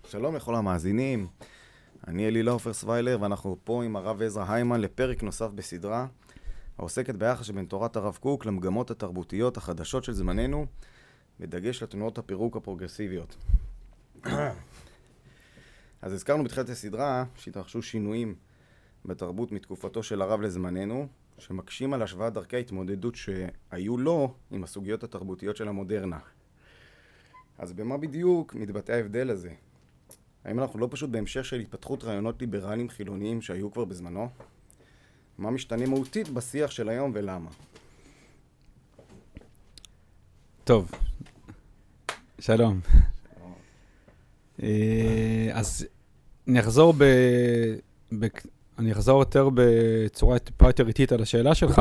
שלום לכל המאזינים, אני אלילה עופר סוויילר ואנחנו פה עם הרב עזרא היימן לפרק נוסף בסדרה העוסקת ביחס שבין תורת הרב קוק למגמות התרבותיות החדשות של זמננו בדגש לתנועות הפירוק הפרוגרסיביות. אז הזכרנו בתחילת הסדרה שהתרחשו שינויים בתרבות מתקופתו של הרב לזמננו שמקשים על השוואת דרכי ההתמודדות שהיו לו עם הסוגיות התרבותיות של המודרנה. אז במה בדיוק מתבטא ההבדל הזה? האם אנחנו לא פשוט בהמשך של התפתחות רעיונות ליברליים חילוניים שהיו כבר בזמנו? מה משתנה מהותית בשיח של היום ולמה? טוב, שלום. אז אני אחזור יותר בצורה טיפה יותר איטית על השאלה שלך.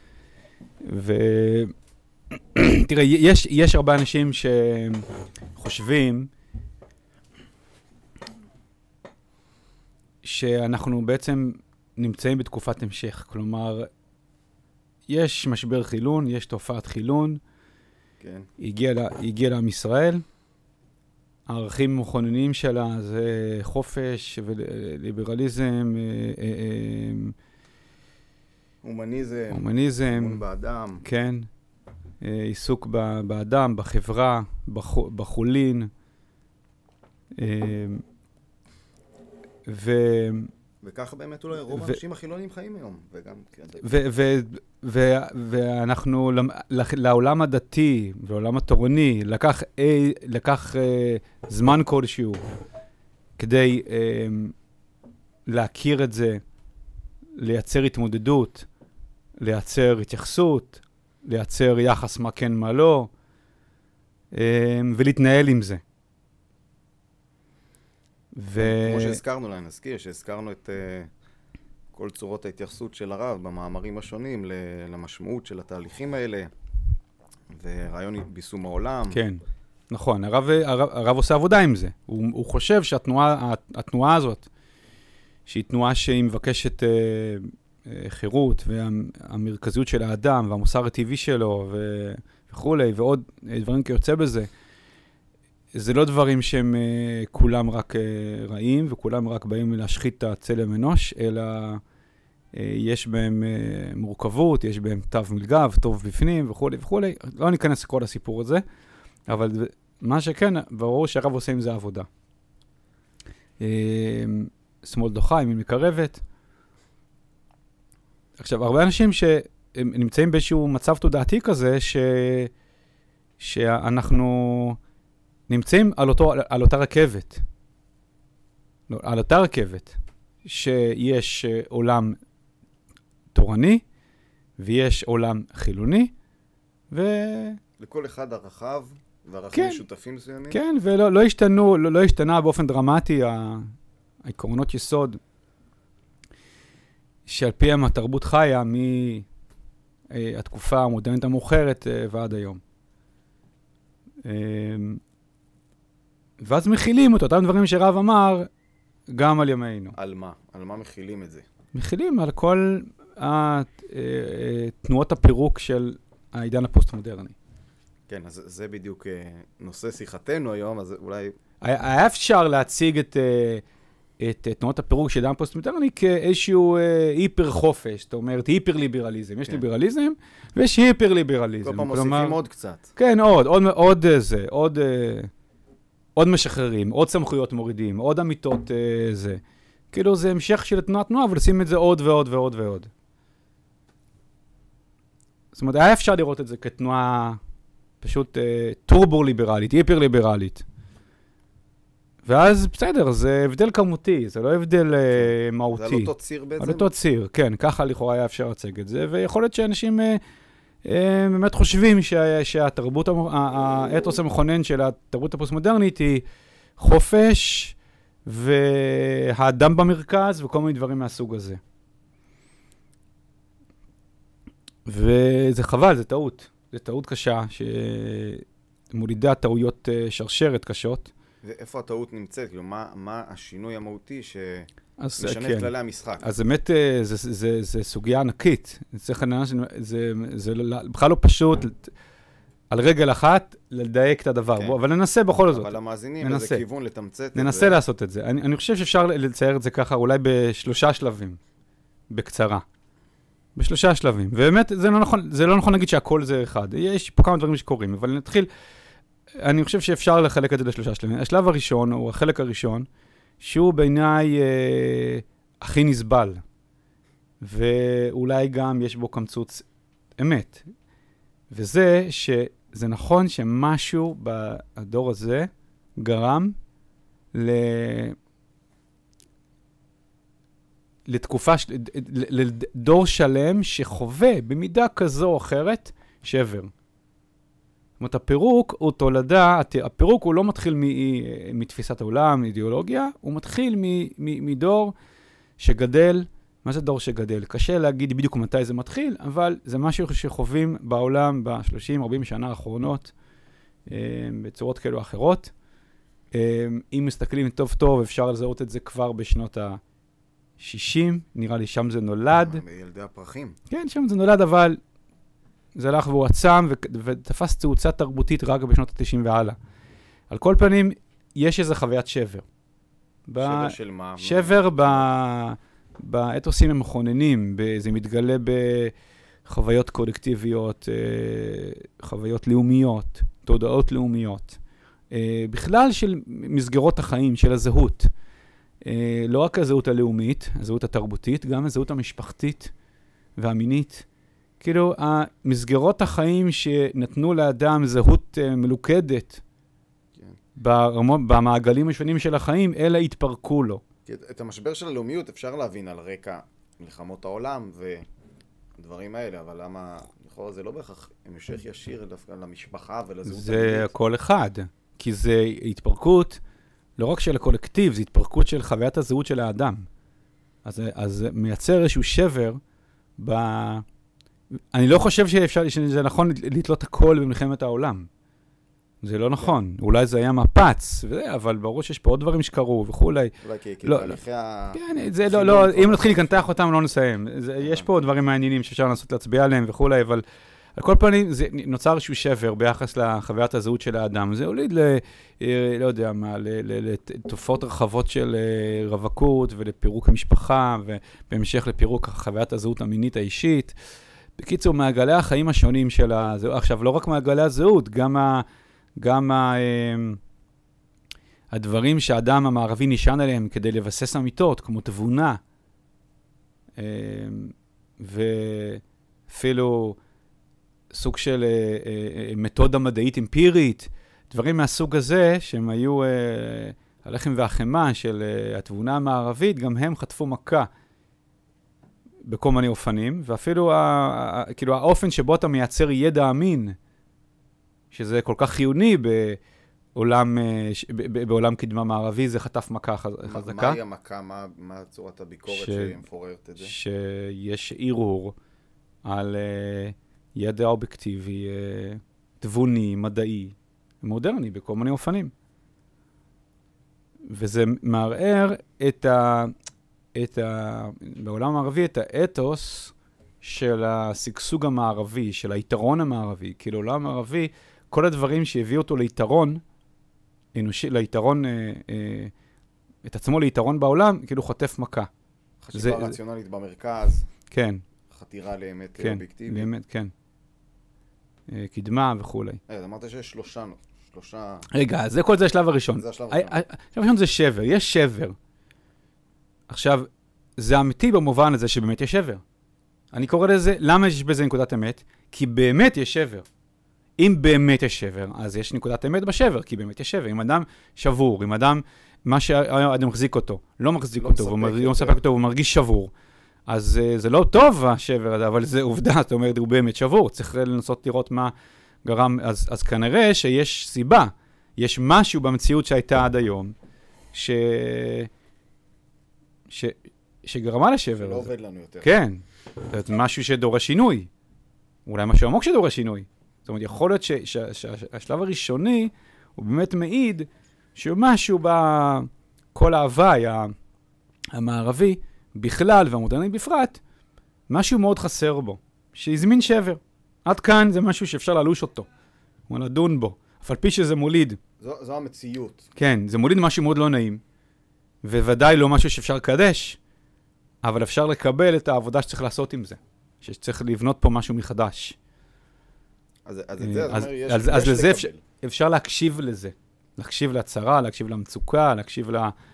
תראה, יש הרבה אנשים שחושבים שאנחנו בעצם נמצאים בתקופת המשך. כלומר, יש משבר חילון, יש תופעת חילון, כן. הגיע לעם ישראל. הערכים המכוננים שלה זה חופש וליברליזם, הומניזם, הומניזם, באדם. כן, עיסוק באדם, בחברה, בחולין, וככה באמת אולי רוב האנשים החילונים חיים היום, וגם ואנחנו לעולם הדתי ולעולם התורני לקח זמן כלשהו כדי להכיר את זה, לייצר התמודדות, לייצר התייחסות, לייצר יחס מה כן מה לא, ולהתנהל עם זה. כמו שהזכרנו לה, נזכיר שהזכרנו את כל צורות ההתייחסות של הרב במאמרים השונים למשמעות של התהליכים האלה ורעיון ביסום העולם. כן, נכון. הרב עושה עבודה עם זה. הוא חושב שהתנועה הזאת, שהיא תנועה שהיא מבקשת חירות והמרכזיות של האדם והמוסר הטבעי שלו וכולי, ועוד דברים כיוצא בזה, זה לא דברים שהם כולם רק רעים, וכולם רק באים להשחית את הצלם אנוש, אלא יש בהם מורכבות, יש בהם תו מלגב, טוב בפנים וכו' וכו'. לא ניכנס לכל הסיפור הזה, אבל מה שכן, ברור שהרב עושה עם זה עבודה. שמאל דוחה, ימין מקרבת. עכשיו, הרבה אנשים שנמצאים באיזשהו מצב תודעתי כזה, שאנחנו נמצאים על אותה רכבת. לא, על אותה רכבת, שיש עולם תורני, ויש עולם חילוני, לכל אחד ערכיו, וערכים משותפים מסוימים. כן, לא השתנה באופן דרמטי העקרונות יסוד, שעל פיהם התרבות חיה מהתקופה המודרנית המאוחרת ועד היום. ואז מכילים אותם דברים שרב אמר גם על ימינו. על מה? על מה מכילים את זה? מכילים על כל תנועות הפירוק של העידן הפוסט-מודרני. כן, אז זה בדיוק נושא שיחתנו היום, אז אולי היה אפשר להציג את תנועות הפירוק של העידן הפוסט-מודרני כאיזשהו היפר חופש, זאת אומרת היפר ליברליזם. יש ליברליזם ויש היפר ליברליזם. כל פעם מוסיפים עוד קצת. כן, עוד משחררים, עוד סמכויות מורידים, עוד אמיתות זה. כאילו זה המשך של תנועה, אבל עושים את זה עוד ועוד ועוד ועוד. זאת אומרת, היה אפשר לראות את זה כתנועה פשוט טורבו-ליברלית, היפר-ליברלית. ואז בסדר, זה הבדל כמותי, זה לא הבדל מהותי. זה על אותו ציר בעצם? על אותו ציר, כן, ככה לכאורה היה אפשר להציג את זה, ויכול להיות שאנשים באמת חושבים שהתרבות, האתוס המכונן של התרבות הפוסט-מודרנית היא חופש, והאדם במרכז, וכל מיני דברים מהסוג הזה. וזה חבל, זה טעות. זה טעות קשה, שמולידה טעויות שרשרת קשות. ואיפה הטעות נמצאת? כאילו, מה השינוי המהותי שמשנה את כללי המשחק? אז באמת, זה סוגיה ענקית. זה בכלל לא פשוט. על רגל אחת לדייק את הדבר. כן. אבל ננסה בכל זאת. אבל המאזינים, איזה כיוון לתמצת. ננסה לעשות את זה. אני חושב שאפשר לצייר את זה ככה, אולי בשלושה שלבים, בקצרה. בשלושה שלבים. ובאמת, זה לא נכון להגיד שהכל זה אחד. יש פה כמה דברים שקורים, אבל נתחיל, אני חושב שאפשר לחלק את זה לשלושה שלבים. השלב הראשון, או החלק הראשון, שהוא בעיניי הכי נסבל. ואולי גם יש בו קמצוץ אמת. וזה שזה נכון שמשהו בדור הזה גרם לתקופה, לדור שלם שחווה במידה כזו או אחרת שבר. זאת אומרת, הפירוק הוא תולדה, הפירוק הוא לא מתחיל מתפיסת העולם, אידיאולוגיה, הוא מתחיל מדור שגדל. מה זה דור שגדל? קשה להגיד בדיוק מתי זה מתחיל, אבל זה משהו שחווים בעולם ב-30-40 שנה האחרונות, בצורות כאלו אחרות. אם מסתכלים טוב טוב, אפשר לזהות את זה כבר בשנות ה-60, נראה לי שם זה נולד. בילדי הפרחים. כן, שם זה נולד, אבל זה הלך והוא עצם ותפס תאוצה תרבותית רק בשנות ה-90 והלאה. על כל פנים, יש איזו חוויית שבר. שבר של מה? שבר באתוסים המכוננים, זה מתגלה בחוויות קולקטיביות, חוויות לאומיות, תודעות לאומיות. בכלל של מסגרות החיים, של הזהות. לא רק הזהות הלאומית, הזהות התרבותית, גם הזהות המשפחתית והמינית. כאילו, המסגרות החיים שנתנו לאדם זהות מלוכדת במעגלים השונים של החיים, אלה התפרקו לו. את המשבר של הלאומיות אפשר להבין על רקע מלחמות העולם ודברים האלה, אבל למה, לכאורה זה לא בהכרח המשך ישיר דווקא למשפחה ולזהות זה המינית. כל אחד, כי זה התפרקות לא רק של הקולקטיב, זה התפרקות של חוויית הזהות של האדם. אז מייצר איזשהו שבר אני לא חושב שזה נכון לתלות הכל במלחמת העולם. זה לא נכון. אולי זה היה מפץ, אבל ברור שיש פה עוד דברים שקרו וכולי. אולי כי תהליכי כן, זה לא, אם נתחיל לקנתח אותם, לא נסיים. יש פה דברים מעניינים שאפשר לנסות להצביע עליהם וכולי, אבל על כל פנים, זה נוצר איזשהו שבר ביחס לחוויית הזהות של האדם. זה הוליד לא יודע מה, לתופעות רחבות של רווקות ולפירוק המשפחה, ובהמשך לפירוק חוויית הזהות המינית האישית. בקיצור, מעגלי החיים השונים של הזהות. עכשיו, לא רק מעגלי הזהות, גם הדברים שהאדם המערבי נשען עליהם כדי לבסס אמיתות, כמו תבונה, ואפילו סוג של מתודה מדעית אמפירית, דברים מהסוג הזה, שהם היו הלחם והחמה של התבונה המערבית, גם הם חטפו מכה בכל מיני אופנים, ואפילו כאילו האופן שבו אתה מייצר ידע אמין, שזה כל כך חיוני בעולם קדמה מערבי, זה חטף מכה חזקה. מהי המכה? מה צורת הביקורת שמפוררת את זה? שיש ערעור על ידע אובייקטיבי, תבוני, מדעי, מודרני, בכל מיני אופנים. וזה מערער בעולם המערבי את האתוס של השגשוג המערבי, של היתרון המערבי. כאילו עולם המערבי, כל הדברים שהביאו אותו ליתרון, אנושי, ליתרון, את עצמו ליתרון בעולם, כאילו חוטף מכה. חשיבה רציונלית במרכז. כן. חתירה לאמת אובייקטיבית. כן, לאמת, כן. קדמה וכו'. אמרת שיש שלושה... רגע, כל זה השלב הראשון. זה השלב הראשון. השלב הראשון זה שבר, יש שבר. עכשיו, זה אמיתי במובן הזה שבאמת יש שבר. אני קורא לזה, למה יש בזה נקודת אמת? כי באמת יש שבר. אם באמת יש שבר, אז יש נקודת אמת בשבר, כי באמת יש שבר. אם אדם שבור, אם אדם, מה שאדם מחזיק אותו, לא מחזיק אותו, הוא מספק אותו, הוא מרגיש שבור, אז זה לא טוב השבר הזה, אבל זה עובדה, זאת אומרת, הוא באמת שבור, צריך לנסות לראות מה גרם, אז כנראה שיש סיבה, יש משהו במציאות שהייתה עד היום, שגרמה לשבר. שלא עובד לנו יותר. כן, זה משהו שדורש שינוי, אולי משהו עמוק שדורש שינוי. זאת אומרת, יכול להיות שהשלב הראשוני הוא באמת מעיד שמשהו בכל ההוואי המערבי בכלל והמודרני בפרט, משהו מאוד חסר בו, שהזמין שבר. עד כאן זה משהו שאפשר ללוש אותו. כמו לדון בו, אף על פי שזה מוליד. זו המציאות. כן, זה מוליד משהו מאוד לא נעים, וודאי לא משהו שאפשר לקדש, אבל אפשר לקבל את העבודה שצריך לעשות עם זה, שצריך לבנות פה משהו מחדש. אז לזה אפשר להקשיב לזה, להקשיב להצהרה, להקשיב למצוקה, להקשיב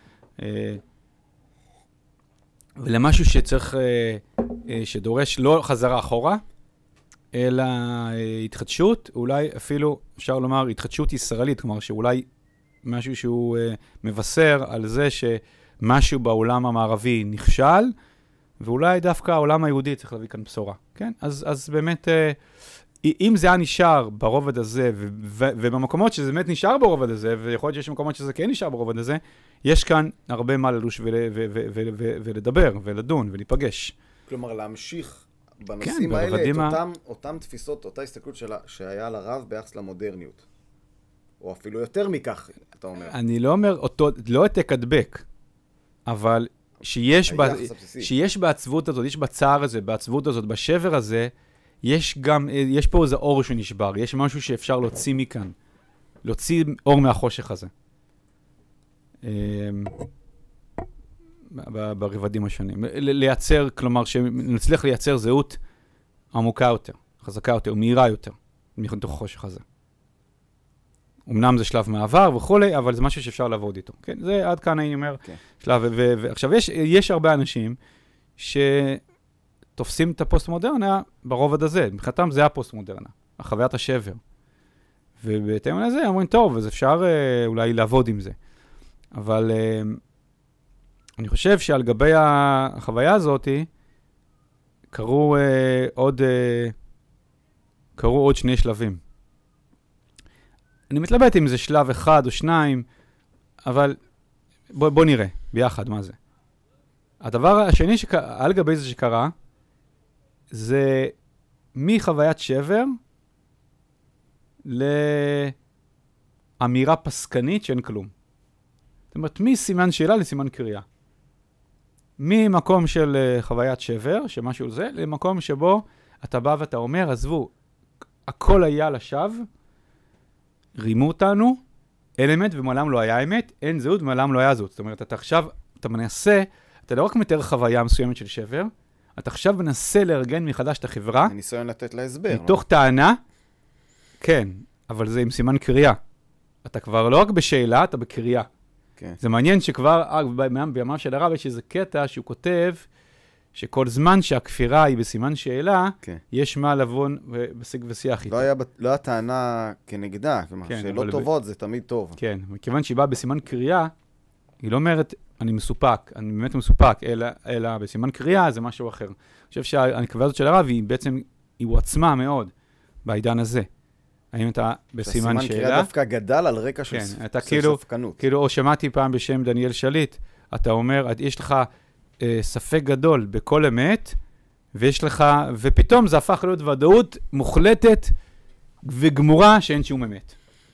ולמשהו שצריך, שדורש לא חזרה אחורה, אלא התחדשות, אולי אפילו אפשר לומר התחדשות ישראלית, כלומר שאולי משהו שהוא מבשר על זה שמשהו בעולם המערבי נכשל, ואולי דווקא העולם היהודי צריך להביא כאן בשורה, כן? אז באמת, אם זה היה נשאר ברובד הזה, ובמקומות שזה באמת נשאר ברובד הזה, ויכול להיות שיש מקומות שזה כן נשאר ברובד הזה, יש כאן הרבה מה ללוש ולדבר, ולדון, ולהיפגש. כלומר, להמשיך בנושאים האלה את אותם תפיסות, אותה הסתכלות שהיה לרב ביחס למודרניות. או אפילו יותר מכך, אתה אומר. אני לא אומר אותו, לא העתק הדבק, אבל שיש בעצבות הזאת, יש בצער הזה, בעצבות הזאת, בשבר הזה, יש פה איזה אור שנשבר, יש משהו שאפשר להוציא מכאן, להוציא אור מהחושך הזה. ברבדים השונים. לייצר, כלומר, שנצליח לייצר זהות עמוקה יותר, חזקה יותר, מהירה יותר, מתוך החושך הזה. אמנם זה שלב מעבר וכולי, אבל זה משהו שאפשר לעבוד איתו. כן? זה עד כאן אני אומר, שלב, ועכשיו יש הרבה אנשים שתופסים את הפוסט-מודרנה ברובד הזה. מבחינתם זה הפוסט-מודרנה, החוויית השבר. ובהתאם לזה אומרים, טוב, אז אפשר אולי לעבוד עם זה. אבל אני חושב שעל גבי החוויה הזאת, קרו עוד שני שלבים. אני מתלבט אם זה שלב אחד או שניים, אבל בוא נראה ביחד מה זה. הדבר השני על גבי זה שקרה, זה מחוויית שבר לאמירה פסקנית שאין כלום. זאת אומרת, מסימן שאלה לסימן קריאה. ממקום של חוויית שבר, שמשהו זה, למקום שבו אתה בא ואתה אומר, עזבו, הכל היה לשווא, רימו אותנו, אין אמת ומעולם לא היה אמת, אין זהות ומעולם לא היה זהות. זאת אומרת, אתה עכשיו, אתה מנסה, אתה לא רק מתאר חוויה מסוימת של שבר, אתה עכשיו מנסה לארגן מחדש את החברה. ניסיון לתת לה הסבר. מתוך טענה, כן, אבל זה עם סימן קריאה. אתה כבר לא רק בשאלה, אתה בקריאה. כן. זה מעניין שכבר בימיו של הרב יש איזה קטע שהוא כותב שכל זמן שהכפירה היא בסימן שאלה, כן. יש מה לבון ושיח איתו. לא היה טענה כנגדה, כלומר, כן, שלא טובות זה תמיד טוב. כן, מכיוון שהיא באה בסימן קריאה, היא לא אומרת, אני מסופק, אני באמת מסופק, אלא בסימן קריאה זה משהו אחר. אני חושב שהנקבה הזאת של הרב היא בעצם, היא הועצמה מאוד בעידן הזה. האם אתה בסימן שאלה? הסימן קריאה דווקא גדל על רקע של ספקנות. כאילו, או שמעתי פעם בשם דניאל שליט, אתה אומר, יש לך ספק גדול בכל אמת, ופתאום זה הפך להיות ודאות מוחלטת וגמורה שאין שום אמת.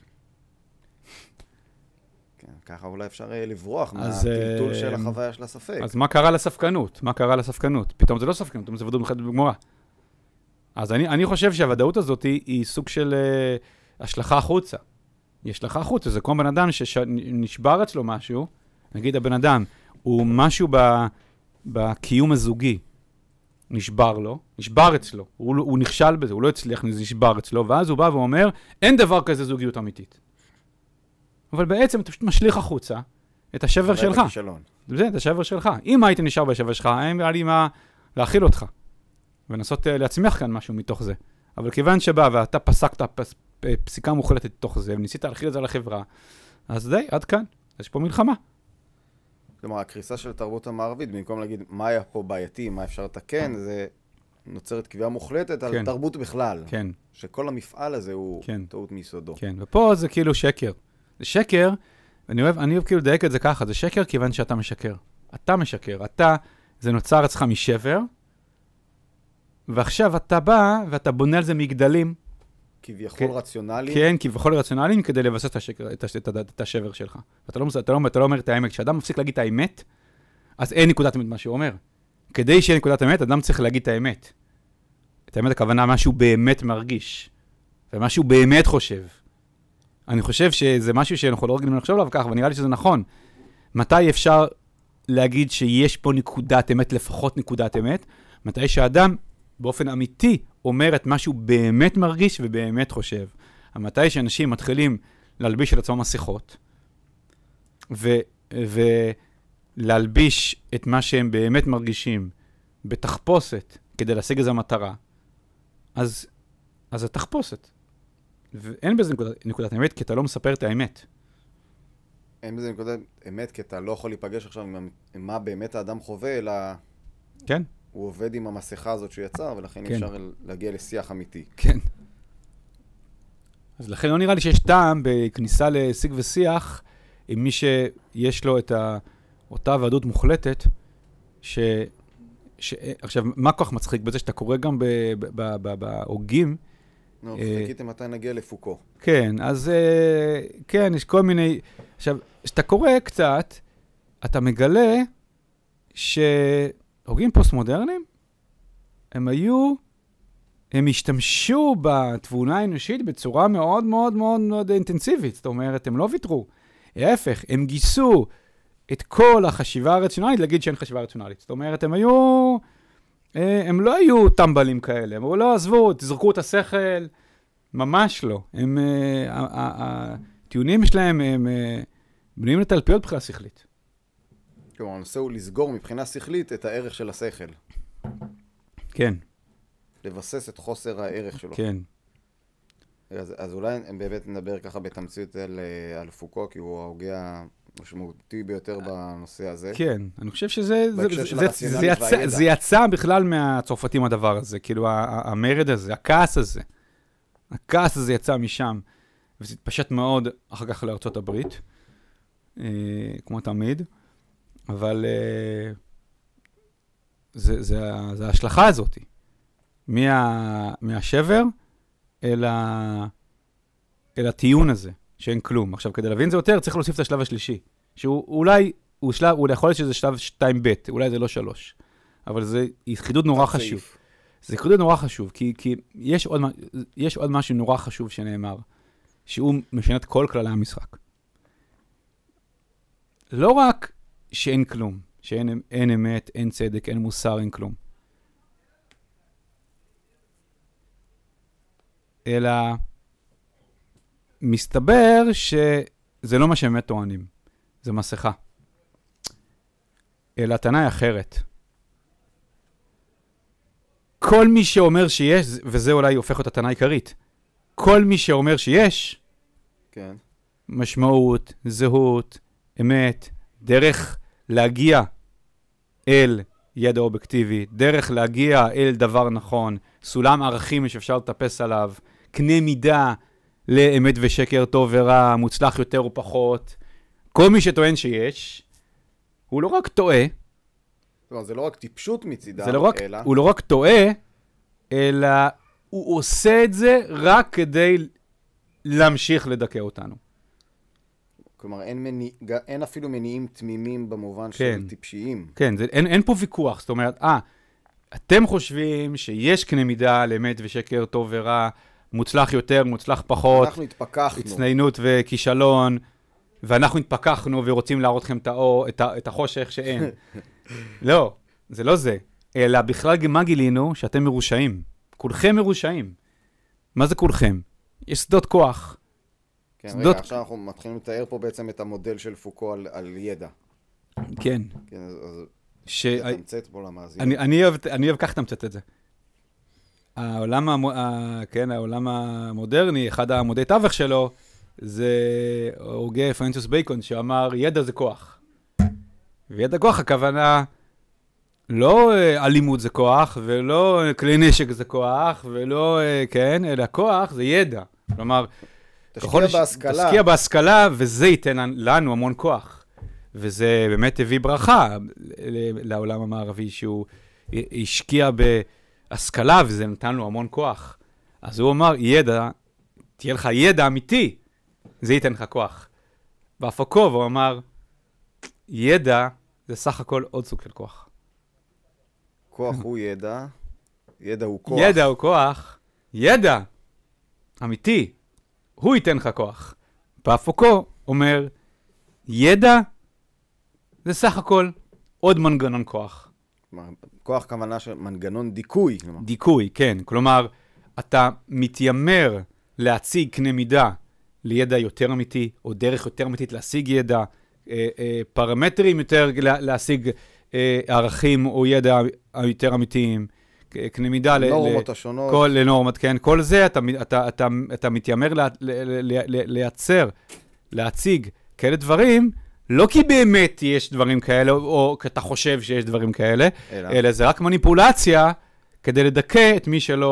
כן, ככה אולי אפשר לברוח מהטלטול של החוויה של הספק. אז מה קרה לספקנות? פתאום זה לא ספקנות, פתאום זה ודאות מוחלטת וגמורה. אז אני חושב שהוודאות הזאת היא סוג של השלכה החוצה. היא השלכה החוצה, זה כמו בן אדם שנשבר אצלו משהו, נגיד הבן אדם, הוא משהו בקיום הזוגי, נשבר אצלו, הוא נכשל בזה, הוא לא הצליח, נשבר אצלו, ואז הוא בא ואומר, אין דבר כזה זוגיות אמיתית. אבל בעצם אתה פשוט משליך החוצה את השבר שלך. זה, את השבר שלך. אם היית נשאר בשבר שלך, היה לי מה להכיל אותך. ולנסות להצמיח כאן משהו מתוך זה. אבל כיוון שבא ואתה פסקת פסיקה מוחלטת מתוך זה, וניסית להכיל את זה לחברה, אז די, עד כאן. יש פה מלחמה. כלומר, הקריסה של התרבות המערבית, במקום להגיד מה היה פה בעייתי, מה אפשר לתקן, זה נוצרת קביעה מוחלטת על תרבות בכלל. כן. שכל המפעל הזה הוא טעות מיסודו. כן, ופה זה כאילו שקר. זה שקר, אני אוהב כאילו לדייק את זה ככה, זה שקר כיוון שאתה משקר. אתה משקר. זה נוצר אצלך משבר, ועכשיו אתה בא ואתה בונה על זה מגדלים. כביכול רציונליים. כן, כביכול רציונליים כדי לבסס את השבר שלך. אתה לא אומר את האמת. כשאדם מפסיק להגיד את האמת, אז אין נקודת אמת מה שהוא אומר. כדי שיהיה נקודת אמת, אדם צריך להגיד את האמת. את האמת הכוונה מה שהוא באמת מרגיש. ומה שהוא באמת חושב. אני חושב שזה משהו שאנחנו לא רגילים לחשוב עליו כך, ונראה לי שזה נכון. מתי אפשר להגיד שיש פה נקודת אמת, לפחות נקודת אמת? מתי שאדם באופן אמיתי אומר את מה שהוא באמת מרגיש ובאמת חושב. מתי שאנשים מתחילים להלביש על עצמם מסכות, ולהלביש את מה שהם באמת מרגישים בתחפושת כדי להשיג איזו מטרה, אז זה תחפושת. ואין בזה נקודת אמת, כי אתה לא מספר את האמת. אין בזה נקודת אמת, כי אתה לא יכול להיפגש עכשיו עם מה באמת האדם חווה, אלא כן. הוא עובד עם המסכה הזאת שהוא יצר, ולכן אפשר להגיע לשיח אמיתי. כן. אז לכן לא נראה לי שיש טעם בכניסה לשיג ושיח עם מי שיש לו את אותה ועדות מוחלטת, עכשיו, מה כל כך מצחיק בזה שאתה קורא גם בהוגים? נו, תגידי מתי נגיע לפוקו. כן, אז כן, יש כל מיני... עכשיו, כשאתה קורא קצת, אתה מגלה שהוגים פוסט-מודרניים, הם השתמשו בתבונה האנושית בצורה מאוד מאוד מאוד מאוד אינטנסיבית. זאת אומרת, הם לא ויתרו. ההפך, הם גיסו את כל החשיבה הרציונלית להגיד שאין חשיבה רציונלית. זאת אומרת, הם לא היו טמבלים כאלה. הם אמרו, לא, עזבו, תזרקו את השכל. ממש לא. הטיעונים שלהם הם בנויים לתלפיות בחירה שכלית. כלומר, הנושא הוא לסגור מבחינה שכלית את הערך של השכל. כן. לבסס את חוסר הערך שלו. כן. אז אולי באמת נדבר ככה בתמצית על פוקו, כי הוא ההוגה המשמעותי ביותר בנושא הזה. כן, אני חושב שזה יצא בכלל מהצרפתים הדבר הזה, כאילו המרד הזה, הכעס הזה יצא משם, וזה התפשט מאוד אחר כך לארצות הברית, כמו תמיד, אבל זה ההשלכה הזאת, מהשבר אל הטיעון הזה, שאין כלום. עכשיו, כדי להבין זה יותר, צריך להוסיף את השלב השלישי, שהוא אולי, הוא יכול להיות שזה שלב 2ב', אולי זה לא 3, אבל זה חידוד נורא חשוב. זה חידוד נורא חשוב, כי יש עוד משהו נורא חשוב שנאמר, שהוא משנה את כל כללי המשחק. לא רק שאין כלום, שאין אמת, אין צדק, אין מוסר, אין כלום. אלא מסתבר שזה לא מה שבאמת טוענים, זה מסכה. אלא הטענה היא אחרת. כל מי שאומר שיש, וזה אולי הופך את הטענה העיקרית, כל מי שאומר שיש, כן. משמעות, זהות, אמת, דרך להגיע אל ידע אובייקטיבי, דרך להגיע אל דבר נכון, סולם ערכים שאפשר לטפס עליו, קנה מידה לאמת ושקר, טוב ורע, מוצלח יותר או פחות. כל מי שטוען שיש, הוא לא רק טועה, זה לא רק טיפשות מצידה, אלא... הוא לא רק טועה, אלא הוא עושה את זה רק כדי להמשיך לדכא אותנו. כלומר, אין אפילו מניעים תמימים במובן של טיפשיים. כן, אין פה ויכוח. זאת אומרת, אתם חושבים שיש קנה מידה לאמת ושקר, טוב ורע, מוצלח יותר, מוצלח פחות. אנחנו התפכחנו. הצטיינות וכישלון, ואנחנו התפכחנו ורוצים להראות לכם את החושך שאין. לא, זה לא זה. אלא בכלל מה גילינו? שאתם מרושעים. כולכם מרושעים. מה זה כולכם? יש שדות כוח. כן, רגע, עכשיו אנחנו מתחילים לתאר פה בעצם את המודל של פוקו על ידע. כן. כן, אז תמצאת פה למאזין. אני אוהב כך תמצאת את זה. העולם המודרני, אחד העמודי תווך שלו, זה הוגה פרנסיס בייקון, שאמר, ידע זה כוח. וידע כוח הכוונה, לא אלימות זה כוח, ולא כלי נשק זה כוח, ולא, כן, אלא כוח זה ידע. כלומר, תשקיע בהשכלה, וזה ייתן לנו המון כוח. וזה באמת הביא ברכה לעולם המערבי, שהוא השקיע בהשכלה, וזה נתן לו המון כוח. אז הוא אמר, ידע, תהיה לך ידע אמיתי, זה ייתן לך כוח. בהפוקו, הוא אמר, ידע זה סך הכל עוד סוג של כוח. כוח הוא ידע, ידע הוא כוח. ידע הוא כוח, ידע אמיתי, הוא ייתן לך כוח. בא פוקו אומר, ידע זה סך הכל עוד מנגנון כוח. כוח כוונה של מנגנון דיכוי. דיכוי, כן. כלומר, אתה מתיימר להציג קנה מידה לידע יותר אמיתי, או דרך יותר אמיתית להשיג ידע, פרמטרים יותר להשיג ערכים או ידע יותר אמיתיים, קנה מידה לנורמות השונות. לנורמות, כן. כל זה אתה מתיימר לייצר, להציג כאלה דברים, לא כי באמת יש דברים כאלה, או כי אתה חושב שיש דברים כאלה, אלא זה רק מניפולציה כדי לדכא את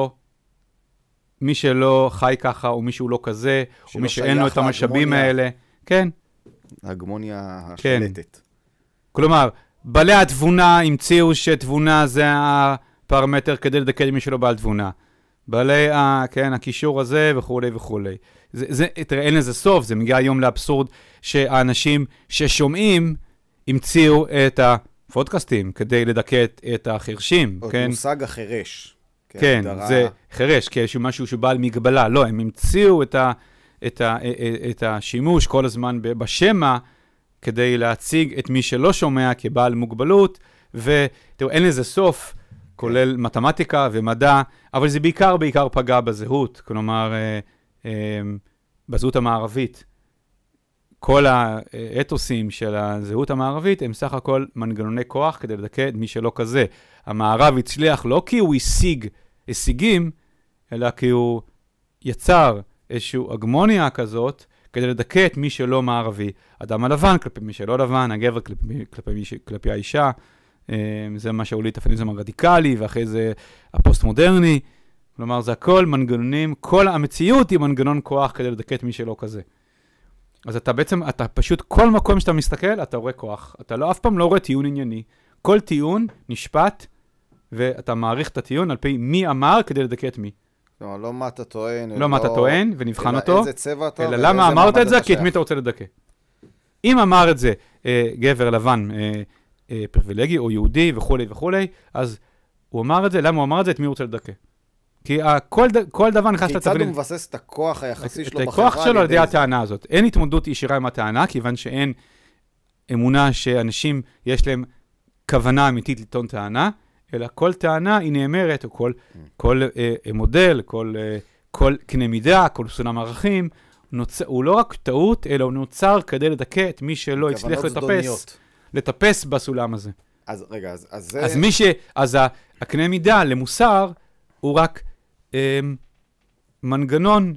מי שלא חי ככה, או מישהו לא כזה, או מי שאין לו את המשאבים האלה. כן. ההגמוניה השלטת. כלומר, בעלי התבונה המציאו שתבונה זה הפרמטר כדי לדכא את מי שלא בעל תבונה. בעלי הקישור הזה וכו' וכו'. תראה, אין לזה סוף, זה מגיע היום לאבסורד שהאנשים ששומעים המציאו את הפודקאסטים כדי לדכא את החרשים. עוד כן? מושג החרש. כן, זה חרש, משהו שבעל מגבלה. לא, הם המציאו את השימוש כל הזמן בשמה, כדי להציג את מי שלא שומע כבעל מוגבלות, ותראו, אין לזה סוף, כולל מתמטיקה ומדע, אבל זה בעיקר פגע בזהות, כלומר, בזהות המערבית. כל האתוסים של הזהות המערבית הם סך הכל מנגנוני כוח כדי לדכא את מי שלא כזה. המערב הצליח לא כי הוא השיג הישגים, אלא כי הוא יצר איזושהי הגמוניה כזאת, כדי לדכא את מי שלא מערבי. אדם הלבן כלפי מי שלא לבן, הגבר כלפי האישה, זה מה שהוליד את הפמיניזם הרדיקלי, ואחרי זה הפוסט-מודרני. כלומר, זה הכל מנגנונים, כל המציאות היא מנגנון כוח כדי לדכא את מי שלא כזה. אז אתה פשוט, כל מקום שאתה מסתכל, אתה רואה כוח. אתה אף פעם לא רואה טיעון ענייני. כל טיעון נשפט, ואתה מעריך את הטיעון על פי מי אמר כדי לדכא את מי. לא מה אתה טוען. לא מה אתה טוען, ונבחן אותו. איזה צבע אתה. אלא למה אמרת את זה, כי את מי אתה רוצה לדכא. אם אמר את זה גבר לבן פריבילגי, או יהודי וכו' וכו', אז הוא אמר את זה, למה הוא אמר את זה, את מי הוא רוצה לדכא. כי כל דבר נכנס לצבלים. כיצד הוא מבסס את הכוח היחסי שלו בחברה? את הכוח שלו על ידי הטענה הזאת. אין התמודדות ישירה עם הטענה, כיוון שאין אמונה שאנשים יש להם כוונה אמיתית לטעון טענה, אלא כל טענה היא נאמרת, או כל מודל, כל קנה מידה, כל סולם ערכים, הוא לא רק טעות, אלא הוא נוצר כדי לדכא את מי שלא הצליח לטפס בסולם הזה. אז רגע, אז זה... אז הקנה מידה למוסר הוא רק מנגנון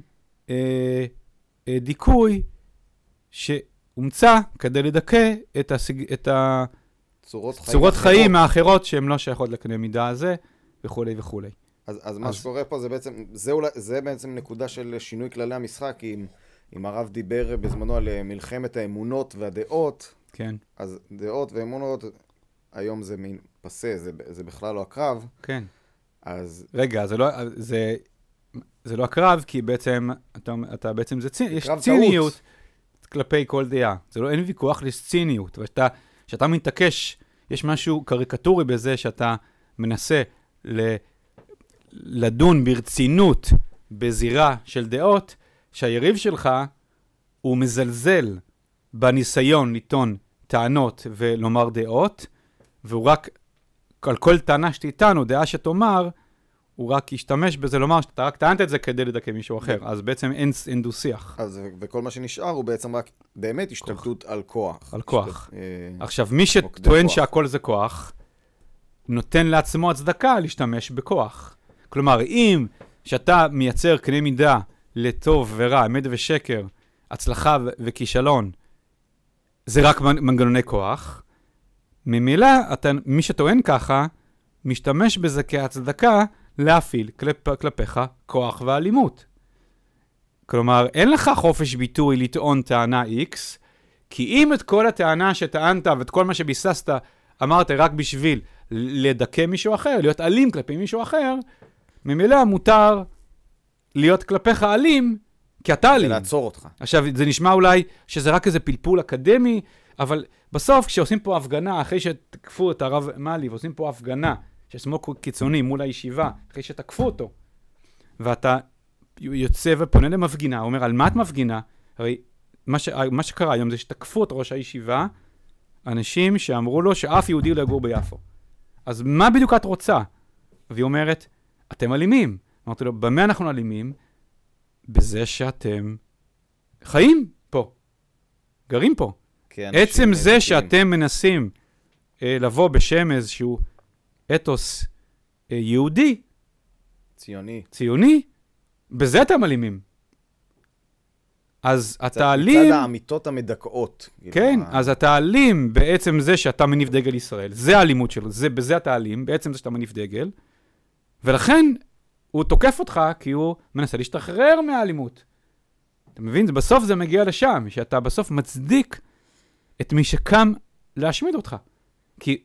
דיכוי שהומצא כדי לדכא את צורות חיים האחרות שהן לא שייכות לקנה מידה הזה, וכו' וכו'. אז מה שקורה פה זה בעצם, זה בעצם נקודה של שינוי כללי המשחק, אם הרב דיבר בזמנו על מלחמת האמונות והדעות, כן. אז דעות ואמונות, היום זה מין פסה, זה בכלל לא הקרב. כן. אז... רגע, זה לא הקרב, כי בעצם, אתה בעצם, יש ציניות כלפי כל דעה. זה לא, אין ויכוח, יש ציניות. כשאתה מתעקש, יש משהו קריקטורי בזה שאתה מנסה לדון ברצינות בזירה של דעות, שהיריב שלך הוא מזלזל בניסיון לטעון טענות ולומר דעות, והוא רק, על כל טענה שתיתן או דעה שתאמר, הוא רק ישתמש בזה לומר שאתה רק טענת את זה כדי לדכא מישהו אחר. אז בעצם אין דו-שיח. אז וכל מה שנשאר הוא בעצם רק באמת השתלטות על כוח. על כוח. עכשיו, מי שטוען שהכל זה כוח, נותן לעצמו הצדקה להשתמש בכוח. כלומר, אם שאתה מייצר קנה מידה לטוב ורע, אמת ושקר, הצלחה וכישלון, זה רק מנגנוני כוח, ממילא, מי שטוען ככה, משתמש בזה כהצדקה להפעיל כלפיך כוח ואלימות. כלומר, אין לך חופש ביטוי לטעון טענה X, כי אם את כל הטענה שטענת ואת כל מה שביססת אמרת רק בשביל לדכא מישהו אחר, להיות אלים כלפי מישהו אחר, ממילא מותר להיות כלפיך אלים, כי אתה אלים. ולעצור אותך. עכשיו, זה נשמע אולי שזה רק איזה פלפול אקדמי, אבל בסוף, כשעושים פה הפגנה, אחרי שתקפו את הרב מאלי, ועושים פה הפגנה, ששמאל קיצוני מול הישיבה, אחרי שתקפו אותו, ואתה יוצא ופונה למפגינה, הוא אומר, על מה את מפגינה? הרי מה שקרה היום זה שתקפו את ראש הישיבה, אנשים שאמרו לו שאף יהודי לא יגור ביפו. אז מה בדיוק את רוצה? והיא אומרת, אתם אלימים. אמרתי לו, במה אנחנו אלימים? בזה שאתם חיים פה, גרים פה. עצם זה שאתם מנסים לבוא בשם איזשהו אתוס יהודי, ציוני, בזה אתם אלימים. אז אתה אלים... מצד האמיתות המדכאות. כן, אז אתה אלים בעצם זה שאתה מניף דגל ישראל. זה האלימות שלו, בזה אתה אלים, בעצם זה שאתה מניף דגל. ולכן הוא תוקף אותך כי הוא מנסה להשתחרר מהאלימות. אתה מבין? בסוף זה מגיע לשם, שאתה בסוף מצדיק את מי שקם להשמיד אותך. כי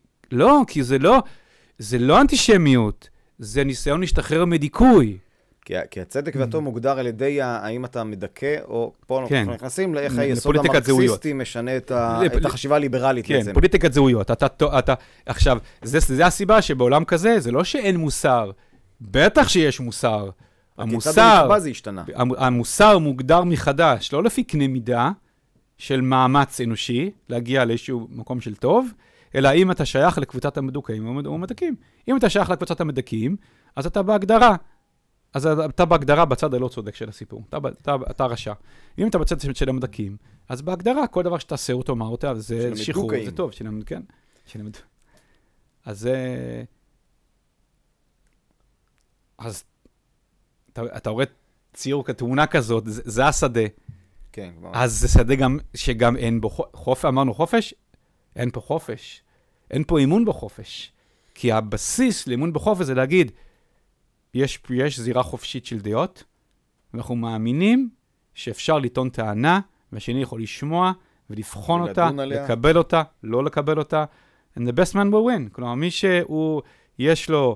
זה לא אנטישמיות, זה ניסיון להשתחרר מדיכוי. כי הצדק והטוב מוגדר על ידי האם אתה מדכא, או פה אנחנו נכנסים לאיך היסוד המרקסיסטי משנה את החשיבה הליברלית בעצם. כן, פוליטיקת זהויות. עכשיו, זה הסיבה שבעולם כזה, זה לא שאין מוסר, בטח שיש מוסר. המוסר מוגדר מחדש, לא לפי קנה מידה של מאמץ אנושי, להגיע לאיזשהו מקום של טוב, אלא אם אתה שייך לקבוצת המדוכאים או מדכאים. אם אתה שייך לקבוצת המדכאים, אז אתה בהגדרה. אז אתה בהגדרה בצד הלא צודק של הסיפור. אתה רשע. אם אתה בצד של המדכאים, אז בהגדרה כל דבר שתעשה אותו, מה אותה, זה שחרור, זה טוב. כן. אז אתה רואה ציור כתמונה כזאת, זה השדה. כן. אז זה שדה שגם אין בו חופש, אמרנו חופש, אין פה חופש. אין פה אימון בחופש. כי הבסיס לאימון בחופש זה להגיד, יש זירה חופשית של דעות, ואנחנו מאמינים שאפשר לטעון טענה, והשני יכול לשמוע ולבחון אותה, לקבל אותה, לא לקבל אותה, and the best man will win. כלומר, מי יש לו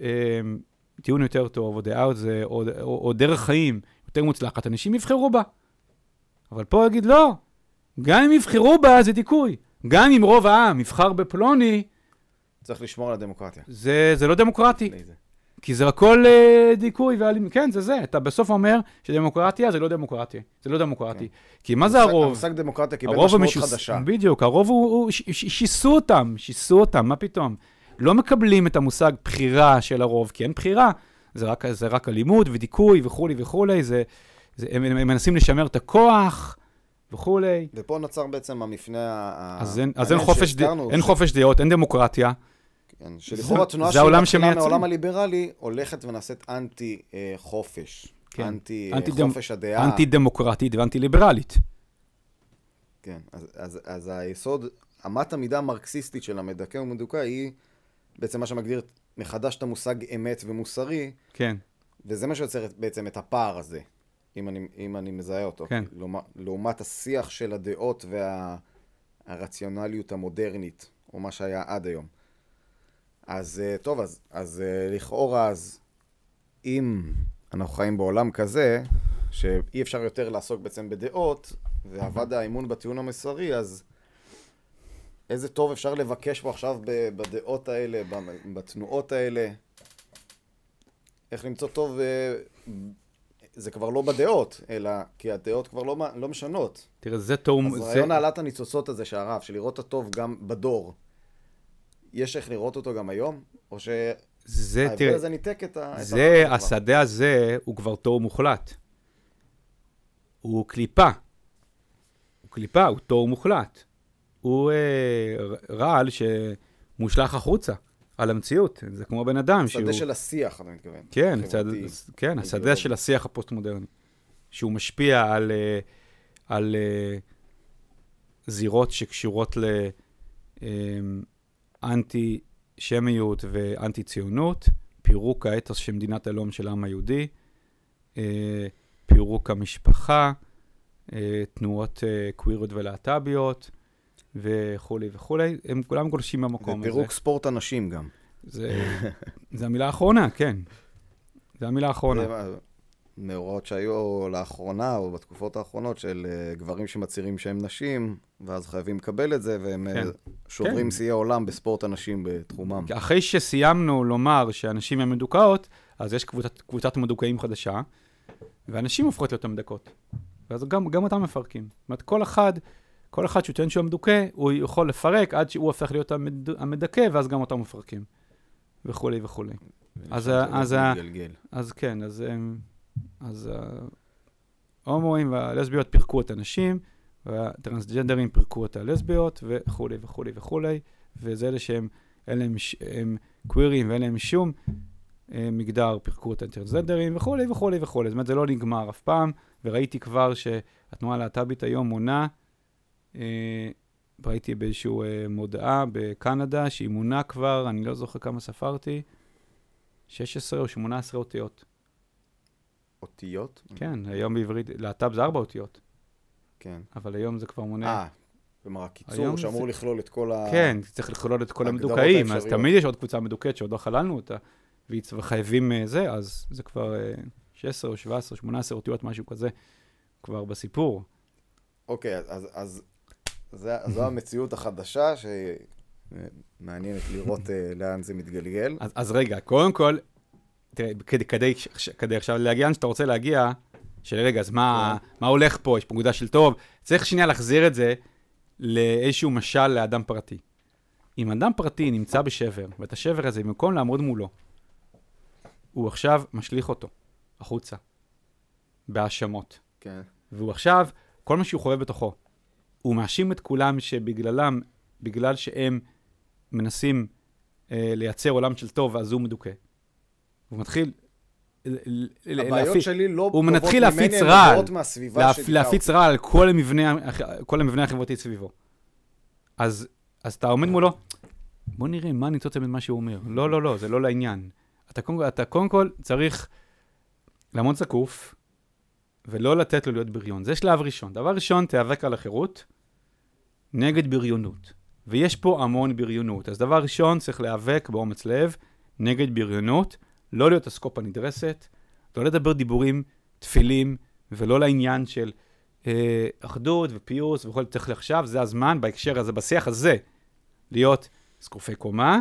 טיעון יותר טוב, או דעה או דרך חיים יותר מוצלחת, אנשים יבחרו בה. אבל פה יגיד, לא, גם אם יבחרו בה, זה דיכוי. גם אם רוב העם יבחר בפלוני, צריך לשמור על הדמוקרטיה. זה לא דמוקרטי. כי זה הכל דיכוי ואלימות. כן, זה. אתה בסוף אומר שדמוקרטיה זה לא דמוקרטי. זה לא דמוקרטי. כי מה זה הרוב? המושג דמוקרטיה קיבל משמעות חדשה. בדיוק, הרוב הוא שיסו אותם, מה פתאום? לא מקבלים את המושג בחירה של הרוב, כי אין בחירה. זה רק אלימות ודיכוי וכולי. הם מנסים לשמר את הכוח וכולי. ופה נוצר בעצם המפנה אז אין חופש דעות, אין דמוקרטיה. שלכאורה התנועה שמתחילה מהעולם הליברלי הולכת ונעשית אנטי-חופש. אנטי-חופש הדעה. אנטי-דמוקרטית ואנטי-ליברלית. כן, אז היסוד, אמת המידה המרקסיסטית של המדכא ומדוכא היא בעצם מה שמגדיר מחדש את המושג אמת ומוסרי. כן. וזה מה שיוצר בעצם את הפער הזה, אם אני מזהה אותו. כן. לעומת השיח של הדעות והרציונליות המודרנית, או מה שהיה עד היום. אז טוב, אז לכאורה, אז אם אנחנו חיים בעולם כזה, שאי אפשר יותר לעסוק בעצם בדעות, ועבד האימון בטיעון המסרי, אז איזה טוב אפשר לבקש פה עכשיו בדעות האלה, בתנועות האלה, איך למצוא טוב, זה כבר לא בדעות, אלא כי הדעות כבר לא משנות. תראה, זה תאום... אז רעיון העלת הניצוצות הזה שהרב, של לראות הטוב גם בדור, יש איך לראות אותו גם היום? או שההבדל הזה ניתק את השדה הזה הוא כבר תור מוחלט. הוא קליפה. הוא תור מוחלט. הוא רעל שמושלח החוצה על המציאות. זה כמו בן אדם. השדה של השיח, אתה מתכוון. כן, השדה של השיח הפוסט-מודרני. שהוא משפיע על זירות שקשורות אנטי-שמיות ואנטי-ציונות, פירוק האתוס של מדינת הלאום של העם היהודי, פירוק המשפחה, תנועות קוויריות ולהט"ביות, וכולי. הם כולם גולשים במקום הזה. ופירוק ספורט הנשים גם. זה המילה האחרונה, כן. זה המילה האחרונה. מאורעות שהיו לאחרונה, או בתקופות האחרונות, של גברים שמצהירים שהם נשים, ואז חייבים לקבל את זה, והם שוברים שיאי עולם בספורט הנשים בתחומם. אחרי שסיימנו לומר שאנשים הם מדוכאות, אז יש קבוצת מדוכאים חדשה, ואנשים הופכות להיות המדכאות. ואז גם אותם מפרקים. זאת אומרת, כל אחד שהוא טוען שהוא מדוכא, הוא יכול לפרק עד שהוא הופך להיות המדכא, ואז גם אותם מפרקים. וכולי וכולי. אז כן, אז ההומואים והלסביות פירקו את הנשים, והטרנסג'נדרים פירקו את הלסביות, וכולי וכולי וכולי, וזה אלה שהם קווירים ואין להם שום מגדר, פירקו את הטרנסג'נדרים, וכולי וכולי וכולי. זאת אומרת, זה לא נגמר אף פעם, וראיתי כבר שהתנועה הלהט"בית היום מונה, ראיתי באיזשהו מודעה בקנדה, שהיא מונה כבר, אני לא זוכר כמה ספרתי, 16 או 18 אותיות. אותיות? כן, היום בעברית, להט"ב זה 4 אותיות. כן. אבל היום זה כבר מונה. כלומר, הקיצור שאמור לכלול את כל כן, צריך לכלול את כל המדוכאים, אז תמיד יש עוד קבוצה מדוכאת שעוד לא חללנו אותה, וחייבים זה, אז זה כבר 16 או 17 או 18 אותיות, משהו כזה, כבר בסיפור. אוקיי, אז זו המציאות החדשה, שמעניינת לראות לאן זה מתגלגל. אז רגע, קודם כל, תראה, כדי עכשיו להגיע, שאתה רוצה להגיע, רגע, אז מה הולך פה? יש פה נקודה של טוב. צריך שנייה להחזיר את זה לאיזשהו משל לאדם פרטי. אם אדם פרטי נמצא בשבר, ואת השבר הזה, במקום לעמוד מולו, הוא עכשיו משליך אותו החוצה, בהאשמות. כן. והוא עכשיו, כל מה שהוא חווה בתוכו, הוא מאשים את כולם בגלל שהם מנסים לייצר עולם של טוב, אז הוא מדוכא. הוא מתחיל הבעיות שלי לא הוא מתחיל להפיץ רעל, להפיץ רעל על כל המבנה החברתי סביבו. אז אתה עומד מולו, בוא נראה מה ניצוץ מה שהוא אומר. לא, זה לא לעניין. אתה קודם כל צריך לעמוד זקוף, ולא לתת לו להיות בריון. זה שלב ראשון. דבר ראשון, תיאבק על החירות, נגד בריונות. ויש פה המון בריונות. אז דבר ראשון, צריך להיאבק באומץ לב, נגד בריונות, לא להיות הסקופ הנדרסת, לא לדבר דיבורים תפילים, ולא לעניין של אחדות ופיוס, וכל צריך עכשיו, זה הזמן, בהקשר הזה, בשיח הזה, להיות סקופי קומה,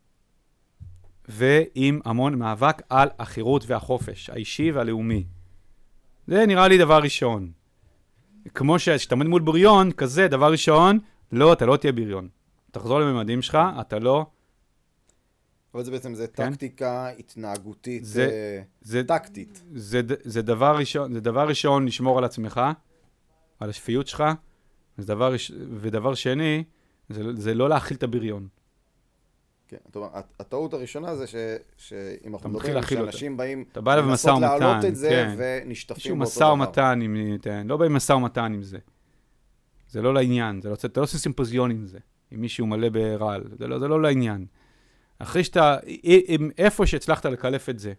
ועם המון מאבק על החירות והחופש, האישי והלאומי. זה נראה לי דבר ראשון. כמו שאתה עומד מול בריון, כזה, דבר ראשון, לא, אתה לא תהיה בריון. תחזור לממדים שלך, אתה לא... אבל זה בעצם, זה טקטיקה התנהגותית, טקטית. זה דבר ראשון לשמור על עצמך, על השפיות שלך, ודבר שני, זה לא להכיל את הבריון. כן, זאת אומרת, הטעות הראשונה זה שאם אנחנו מדברים שאנשים באים לנסות להעלות את זה ונשטפים באותו דבר. משא ומתן, לא באים משא ומתן עם זה. זה לא לעניין, אתה לא עושה סימפוזיון עם זה, עם מישהו מלא ברעל, זה לא לעניין. אחרי איפה שהצלחת לקלף את זה,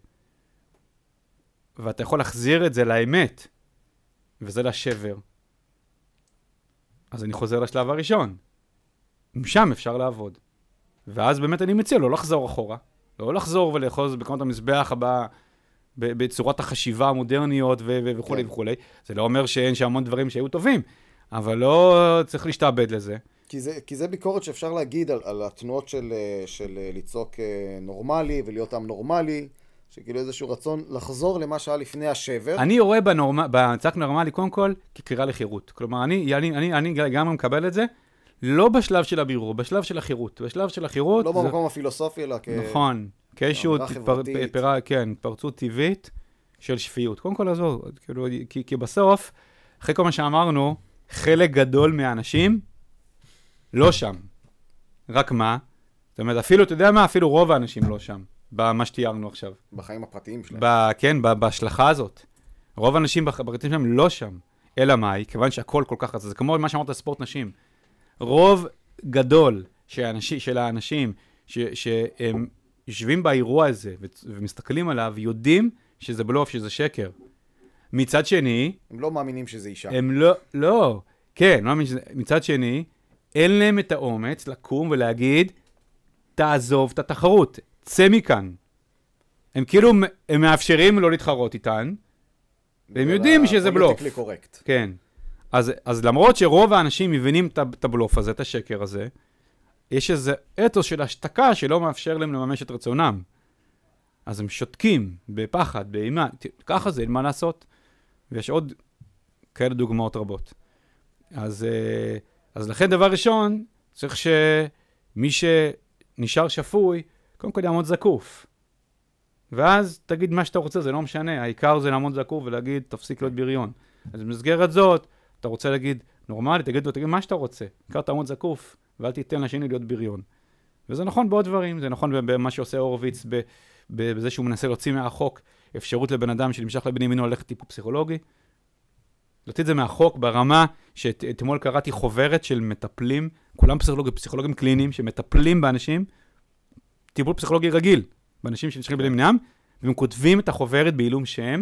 ואתה יכול להחזיר את זה לאמת, וזה לשבר, אז אני חוזר לשלב הראשון. שם אפשר לעבוד. ואז באמת אני מציע לא לחזור אחורה, לא לחזור ולאחוז בקומת המזבח הבא, בצורת החשיבה המודרניות וכו' וכו'. זה לא אומר שאין שהמון דברים שהיו טובים, אבל לא צריך להשתעבד לזה. כי זה ביקורת שאפשר להגיד על התנועות של לצעוק נורמלי ולהיות עם נורמלי, שכאילו איזשהו רצון לחזור למה שהיה לפני השבר. אני רואה בצעק נורמלי קודם כל כקריאה לחירות. כלומר, אני גם מקבל את זה, לא בשלב של הבירור, בשלב של החירות. בשלב של החירות... לא במקום הפילוסופי, אלא נכון. כאיזשהו התפרצות טבעית של שפיות. קודם כל עזור, כי בסוף, אחרי כל מה שאמרנו, חלק גדול מהאנשים לא שם. רק מה? זאת אומרת, אפילו, אתה יודע מה? אפילו רוב האנשים לא שם, במה שתיארנו עכשיו. בחיים הפרטיים שלהם. כן, בהשלכה הזאת. רוב האנשים בפרטים שלהם לא שם. אלא מה? כיוון שהכל כל כך... זה כמו מה שאמרת, ספורט נשים. רוב גדול של האנשים שהם יושבים באירוע הזה ומסתכלים עליו, יודעים שזה בלוף, שזה שקר. מצד שני... הם לא מאמינים שזה אישה. הם לא. כן, לא מאמינים שזה... מצד שני, אין להם את האומץ לקום ולהגיד, תעזוב את התחרות, צא מכאן. הם כאילו, הם מאפשרים לא להתחרות איתן, והם יודעים שזה בלוף. פוליטיקלי קורקט. כן. אז למרות שרוב האנשים מבינים את הבלוף הזה, את השקר הזה, יש איזה אתוס של השתקה שלא מאפשר להם לממש את רצונם. אז הם שותקים בפחד, באימה, ככה זה, אין מה לעשות. ויש עוד כאלה דוגמאות רבות. אז לכן דבר ראשון, צריך שמי שנשאר שפוי, קודם כל יעמוד זקוף. ואז תגיד מה שאתה רוצה, זה לא משנה. העיקר זה לעמוד זקוף ולהגיד, תפסיק להיות בריון. אז במסגרת זאת, אתה רוצה להגיד נורמלי, תגיד מה שאתה רוצה. העיקר תעמוד זקוף, ואל תיתן לשני להיות בריון. וזה נכון בעוד דברים, זה נכון במה שעושה הורוביץ, בזה שהוא מנסה להוציא מהחוק אפשרות לבן אדם שנמשך לבני מינו ללכת טיפול פסיכולוגי. להוציא את זה מהחוק ברמה שאתמול קראתי חוברת של מטפלים, כולם פסיכולוגים קליניים שמטפלים באנשים, טיפול פסיכולוגי רגיל, באנשים שנמשכים לבני מינם, והם כותבים את החוברת בעילום שם,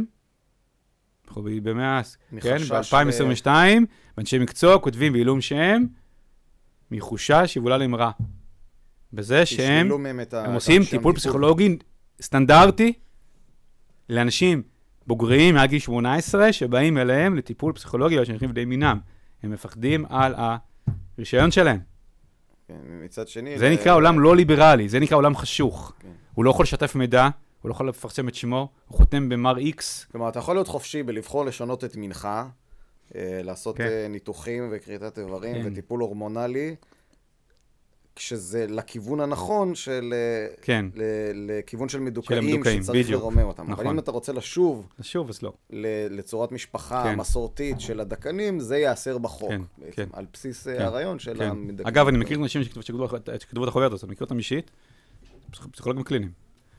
כן, ב-2022, באנשי מקצוע כותבים בעילום שם, מחושש שיבולה להם רע. בזה שהם עושים טיפול פסיכולוגי סטנדרטי לאנשים בוגרים מעל גיל 18 שבאים אליהם לטיפול פסיכולוגי שנמשכים לבני מינם. הם מפחדים על הרישיון שלהם. מצד שני... זה נקרא עולם לא ליברלי, זה נקרא עולם חשוך. הוא לא יכול לשתף מידע, הוא לא יכול לפרסם את שמו, הוא חותם במר איקס. כלומר, אתה יכול להיות חופשי בלבחור לשנות את מנך, לעשות ניתוחים וכריתת איברים וטיפול הורמונלי, כשזה לכיוון הנכון של... לכיוון של מדוכאים שצריך לרומם אותם. אבל אם אתה רוצה לשוב... אז לא. לצורת משפחה מסורתית של הדקנים, זה יאסר בחוק. על בסיס הרעיון של המדכאים. אגב, אני מכיר אנשים שכתבו את החוברת הזאת, אני מכיר אותם אישית, פסיכולוגים קליניים.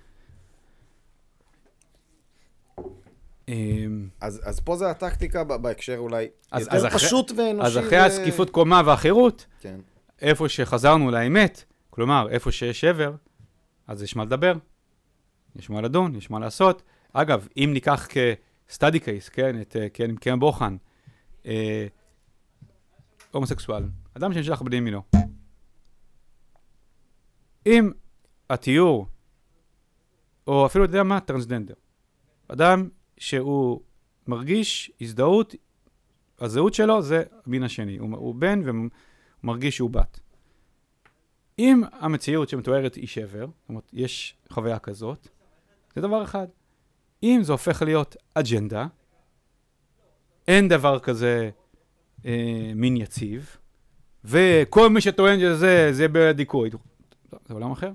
אז פה זה הטקטיקה בהקשר אולי יותר פשוט ואנושי. אז אחרי הסקיפות קומה והחירות, איפה שחזרנו לאמת, כלומר, איפה שיש שבר, אז יש מה לדבר, יש מה לדון, יש מה לעשות. אגב, אם ניקח כסטאדי קייס, כן, את קרן בוחן, הומוסקסואל, אדם שנשלח בני מינו. אם התיאור, או אפילו, אתה יודע מה, טרנסג'נדר, אדם שהוא מרגיש הזדהות, הזהות שלו זה המין השני. הוא בן ומרגיש שהוא בת. אם המציאות שמתוארת היא שבר, זאת אומרת, יש חוויה כזאת, זה דבר אחד. אם זה הופך להיות אג'נדה, אין דבר כזה מין יציב, וכל מי שטוען שזה, זה בדיכוי. זה עולם אחר.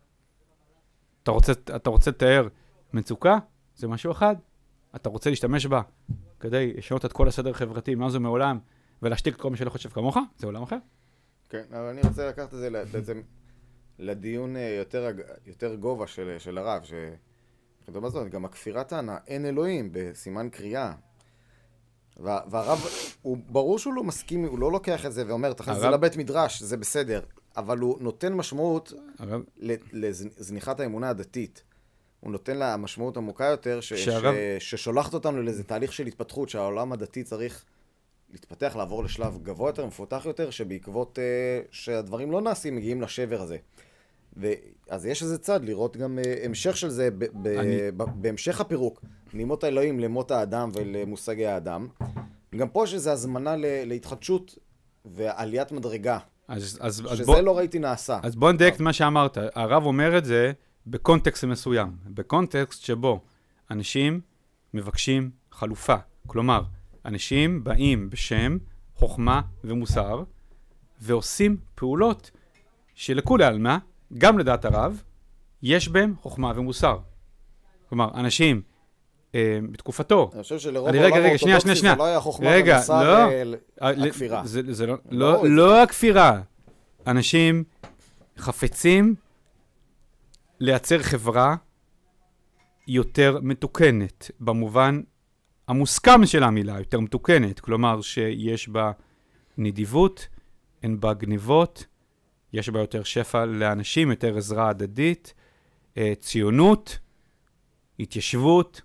אתה רוצה לתאר מצוקה? זה משהו אחד. אתה רוצה להשתמש בה כדי לשנות את כל הסדר החברתי מאז ומעולם, ולהשתיק את כל מי שלא חושב כמוך? זה עולם אחר. כן, אבל אני רוצה לקחת את זה בעצם לדיון יותר גובה של הרב, שכתוב בזאת, גם הכפירה טענה, אין אלוהים בסימן קריאה. והרב, הוא ברור שהוא לא מסכים, הוא לא לוקח את זה ואומר, תכף זה לבית מדרש, זה בסדר, אבל הוא נותן משמעות לזניחת האמונה הדתית. הוא נותן לה משמעות עמוקה יותר, ששולחת אותנו לאיזה תהליך של התפתחות, שהעולם הדתי צריך להתפתח, לעבור לשלב גבוה יותר, מפותח יותר, שבעקבות שהדברים לא נעשים, מגיעים לשבר הזה. אז יש איזה צד לראות גם המשך של זה, בהמשך הפירוק, ממות האלוהים למות האדם ולמושגי האדם. גם פה שזה הזמנה להתחדשות ועליית מדרגה, שזה לא ראיתי נעשה. אז בוא נדייק את מה שאמרת. הרב אומר את זה בקונטקסט מסוים, בקונטקסט שבו אנשים מבקשים חלופה. כלומר, אנשים באים בשם חוכמה ומוסר, ועושים פעולות שלכולי עלמא, גם לדעת הרב, יש בהם חוכמה ומוסר. כלומר, אנשים בתקופתו... אני חושב שלרוב העולם האורתודוקסי זה לא היה חוכמה ומוסר, הכפירה. זה לא הכפירה. אנשים חפצים לייצר חברה יותר מתוקנת, במובן המוסכם של המילה, יותר מתוקנת. כלומר, שיש בה נדיבות, אין בה גניבות, יש בה יותר שפע לאנשים, יותר עזרה הדדית, ציונות, התיישבות,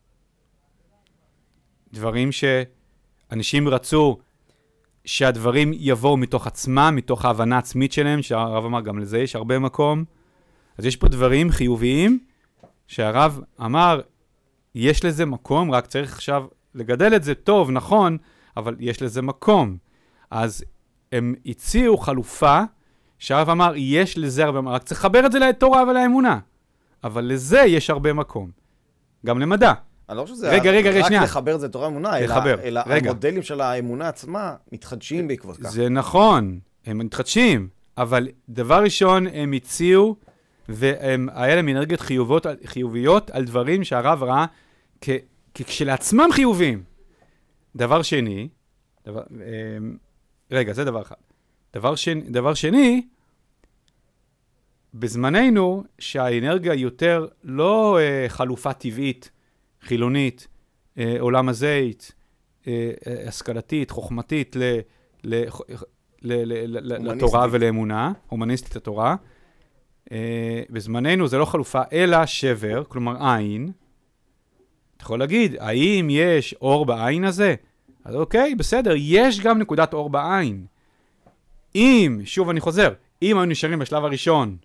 דברים שאנשים רצו שהדברים יבואו מתוך עצמם, מתוך ההבנה העצמית שלהם, שהרב אמר גם לזה יש הרבה מקום. אז יש פה דברים חיוביים שהרב אמר, יש לזה מקום, רק צריך עכשיו לגדל את זה טוב, נכון, אבל יש לזה מקום. אז הם הציעו חלופה, שהרב אמר, יש לזה הרבה מקום, רק צריך לחבר את זה לתורה ולאמונה. אבל לזה יש הרבה מקום. גם למדע, אני לא חושב שזה רגע, רק שנייה. לחבר את זה לתורה אמונה, אלא המודלים של האמונה עצמה מתחדשים בעקבות כך. זה נכון, הם מתחדשים, אבל דבר ראשון הם הציעו, והיה להם אנרגיות חיוביות על דברים שהרב ראה כשלעצמם חיוביים. דבר שני, זה דבר אחד. דבר שני, בזמננו, שהאנרגיה יותר לא חלופה טבעית, חילונית, עולם הזית, השכלתית, חוכמתית, לתורה ולאמונה, הומניסטית לתורה. בזמננו זה לא חלופה, אלא שבר, כלומר עין. אתה יכול להגיד, האם יש אור בעין הזה? אז אוקיי, בסדר, יש גם נקודת אור בעין. אם, שוב אני חוזר, אם היו נשארים בשלב הראשון,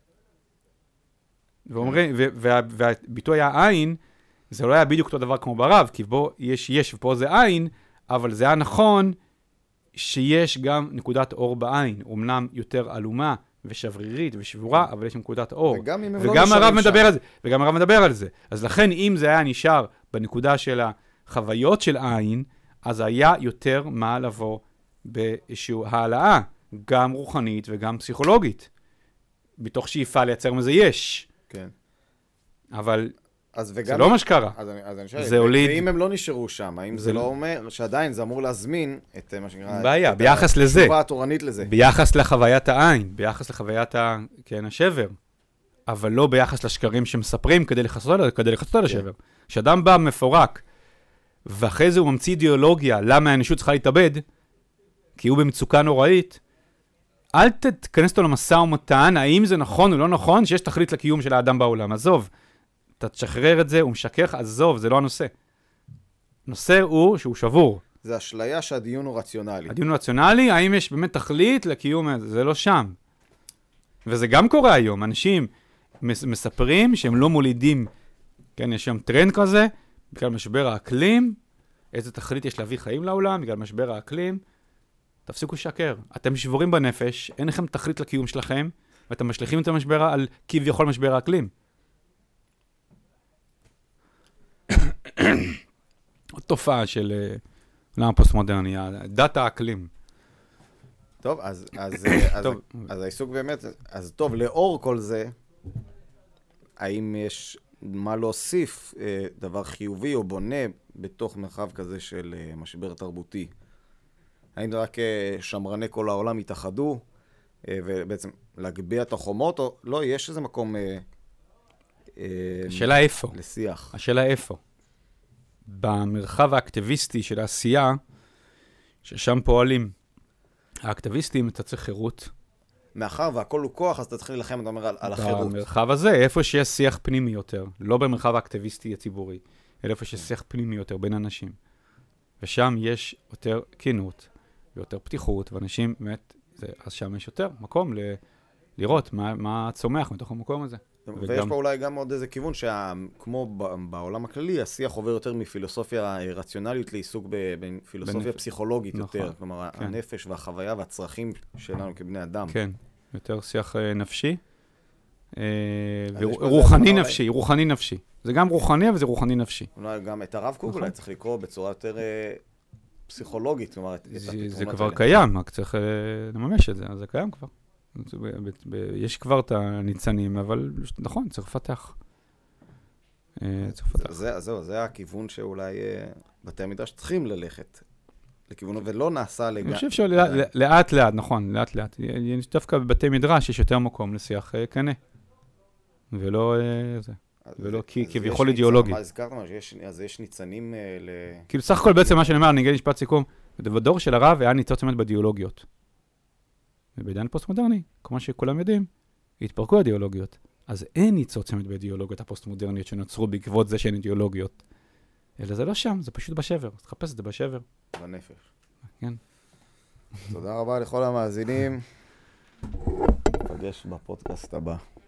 והביטוי היה עין, זה לא היה בדיוק אותו דבר כמו ברב, כי בו יש ופה זה עין, אבל זה היה נכון שיש גם נקודת אור בעין, אומנם יותר אלומה ושברירית ושבורה, אבל יש נקודת אור. וגם הרב מדבר על זה. אז לכן אם זה היה נשאר בנקודה של החוויות של עין, אז היה יותר מה לבוא באיזושהי העלאה, גם רוחנית וגם פסיכולוגית, בתוך שאיפה לייצר מזה יש. כן. אבל זה לא מה שקרה. אז אני שואל, זה הוליד. ואם הם לא נשארו שם, האם זה לא אומר שעדיין זה אמור להזמין את מה שנקרא... בעיה, ביחס לזה. התשובה התורנית לזה. ביחס לחוויית העין, ביחס לחוויית השבר, אבל לא ביחס לשקרים שמספרים כדי לחסות על השבר. כשאדם בא מפורק, ואחרי זה הוא ממציא אידיאולוגיה, למה האנושות צריכה להתאבד, כי הוא במצוקה נוראית, אל תכנס אותו למשא ומתן, האם זה נכון או לא נכון, שיש תכלית לקיום של האדם בעולם. עזוב, אתה תשחרר את זה, הוא משכך, עזוב, זה לא הנושא. הנושא הוא שהוא שבור. זה אשליה שהדיון הוא רציונלי. הדיון הוא רציונלי, האם יש באמת תכלית לקיום הזה? זה לא שם. וזה גם קורה היום. אנשים מספרים שהם לא מולידים, כן, יש שם טרנד כזה, בגלל משבר האקלים, איזה תכלית יש להביא חיים לעולם, בגלל משבר האקלים, תפסיקו לשקר. אתם שבורים בנפש, אין לכם תכלית לקיום שלכם, ואתם משליכים את המשבר על כביכול משבר האקלים. עוד תופעה של עולם הפוסט-מודרני, דת האקלים. טוב, אז העיסוק באמת, אז טוב, לאור כל זה, האם יש מה להוסיף דבר חיובי או בונה בתוך מרחב כזה של משבר תרבותי? האם רק שמרני כל העולם התאחדו, ובעצם להגביה את החומות, או לא, יש איזה מקום השאלה איפה? לשיח. השאלה איפה? במרחב האקטיביסטי של העשייה, ששם פועלים האקטיביסטים, אתה צריך חירות. מאחר והכל הוא כוח, אז אתה צריך להילחם, אתה אומר, על החירות. במרחב הזה, איפה שיש שיח פנימי יותר, לא במרחב האקטיביסטי הציבורי, אלא איפה שיש שיח פנימי יותר בין אנשים. ושם יש יותר כנות, ויותר פתיחות, ואנשים באמת, אז שם יש יותר מקום לראות מה צומח מתוך המקום הזה. ויש פה אולי גם עוד איזה כיוון שכמו בעולם הכללי, השיח עובר יותר מפילוסופיה רציונלית לעיסוק בפילוסופיה פסיכולוגית יותר. כלומר, הנפש והחוויה והצרכים שלנו כבני אדם. כן, יותר שיח נפשי. רוחני נפשי. זה גם רוחני, אבל זה רוחני נפשי. אולי גם את הרב קוק אולי צריך לקרוא בצורה יותר פסיכולוגית. זה כבר קיים, רק צריך לממש את זה, אז זה קיים כבר. יש כבר את הניצנים, אבל נכון, צריך לפתח. זהו, זה הכיוון שאולי בתי המדרש צריכים ללכת לכיוונו, ולא נעשה לגמרי. אני חושב שלאט לאט, נכון, לאט לאט. דווקא בבתי מדרש יש יותר מקום לשיח כנה. ולא זה. ולא כביכול אידיאולוגי. הזכרת מה, אז יש ניצנים כאילו סך הכל בעצם מה שאני אומר, אני אגיד משפט סיכום, בדור של הרב היה ניצוץ באמת באידיאולוגיות. ובעידן פוסט-מודרני, כמו שכולם יודעים, התפרקו האידיאולוגיות. אז אין ניצוץ באמת באידיאולוגיות הפוסט-מודרניות שנוצרו בעקבות זה שאין אידיאולוגיות. אלא זה לא שם, זה פשוט בשבר. אז תחפש את זה בשבר. בנפש. כן. תודה רבה לכל המאזינים. נפגש בפודקאסט הבא.